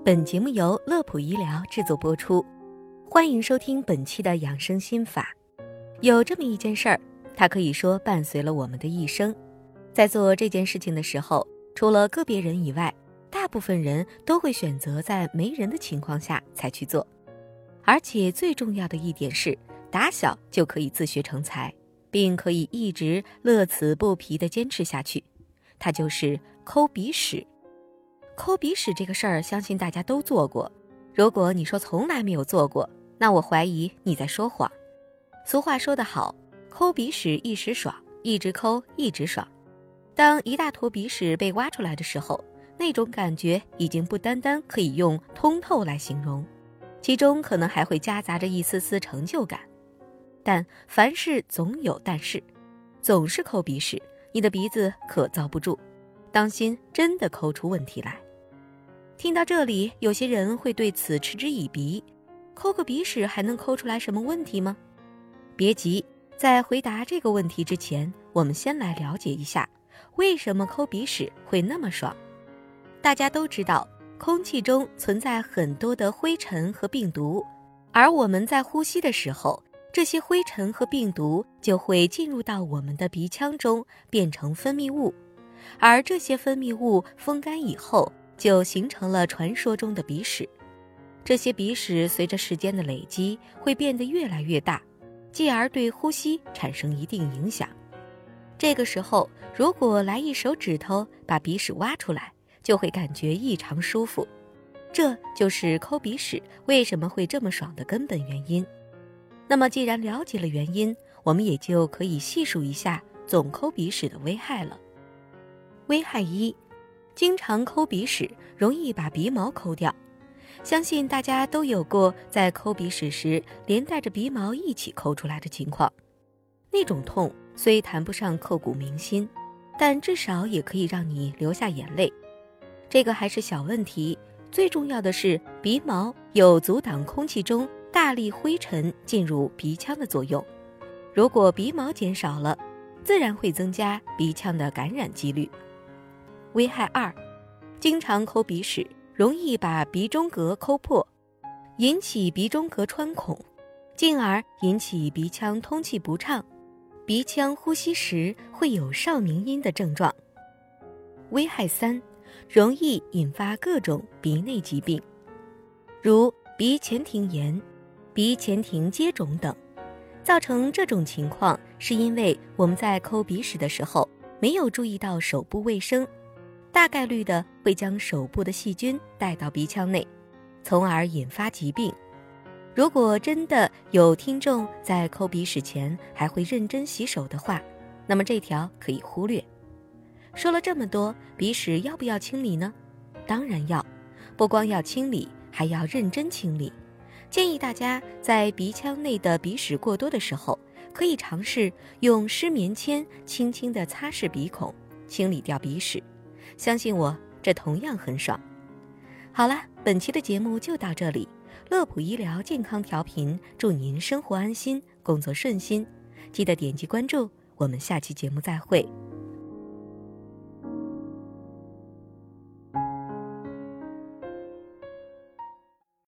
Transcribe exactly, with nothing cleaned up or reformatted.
本节目由乐普医疗制作播出，欢迎收听本期的养生心法。有这么一件事儿，它可以说伴随了我们的一生。在做这件事情的时候，除了个别人以外，大部分人都会选择在没人的情况下才去做。而且最重要的一点是，打小就可以自学成才，并可以一直乐此不疲地坚持下去。它就是抠鼻屎。抠鼻屎这个事儿，相信大家都做过。如果你说从来没有做过，那我怀疑你在说谎。俗话说得好，抠鼻屎一时爽，一直抠一直爽。当一大坨鼻屎被挖出来的时候，那种感觉已经不单单可以用通透来形容，其中可能还会夹杂着一丝丝成就感。但凡事总有但是，总是抠鼻屎，你的鼻子可遭不住，当心真的抠出问题来。听到这里，有些人会对此嗤之以鼻，抠个鼻屎还能抠出来什么问题吗？别急，在回答这个问题之前，我们先来了解一下为什么抠鼻屎会那么爽。大家都知道，空气中存在很多的灰尘和病毒，而我们在呼吸的时候，这些灰尘和病毒就会进入到我们的鼻腔中，变成分泌物，而这些分泌物风干以后，就形成了传说中的鼻屎。这些鼻屎随着时间的累积，会变得越来越大，继而对呼吸产生一定影响。这个时候，如果来一手指头把鼻屎挖出来，就会感觉异常舒服。这就是抠鼻屎为什么会这么爽的根本原因。那么既然了解了原因，我们也就可以细数一下总抠鼻屎的危害了。危害一，经常抠鼻屎容易把鼻毛抠掉。相信大家都有过在抠鼻屎时连带着鼻毛一起抠出来的情况。那种痛虽谈不上刻骨铭心，但至少也可以让你流下眼泪。这个还是小问题，最重要的是鼻毛有阻挡空气中大粒灰尘进入鼻腔的作用。如果鼻毛减少了，自然会增加鼻腔的感染几率。危害二，经常抠鼻屎容易把鼻中隔抠破，引起鼻中隔穿孔，进而引起鼻腔通气不畅，鼻腔呼吸时会有少鸣音的症状。危害三，容易引发各种鼻内疾病，如鼻前庭炎、鼻前庭接肿等。造成这种情况是因为我们在抠鼻屎的时候没有注意到手部卫生，大概率的会将手部的细菌带到鼻腔内，从而引发疾病。如果真的有听众在抠鼻屎前还会认真洗手的话，那么这条可以忽略。说了这么多，鼻屎要不要清理呢？当然要，不光要清理，还要认真清理。建议大家在鼻腔内的鼻屎过多的时候，可以尝试用湿棉签轻轻地擦拭鼻孔，清理掉鼻屎。相信我，这同样很爽。好了，本期的节目就到这里。乐普医疗健康调频，祝您生活安心，工作顺心。记得点击关注，我们下期节目再会。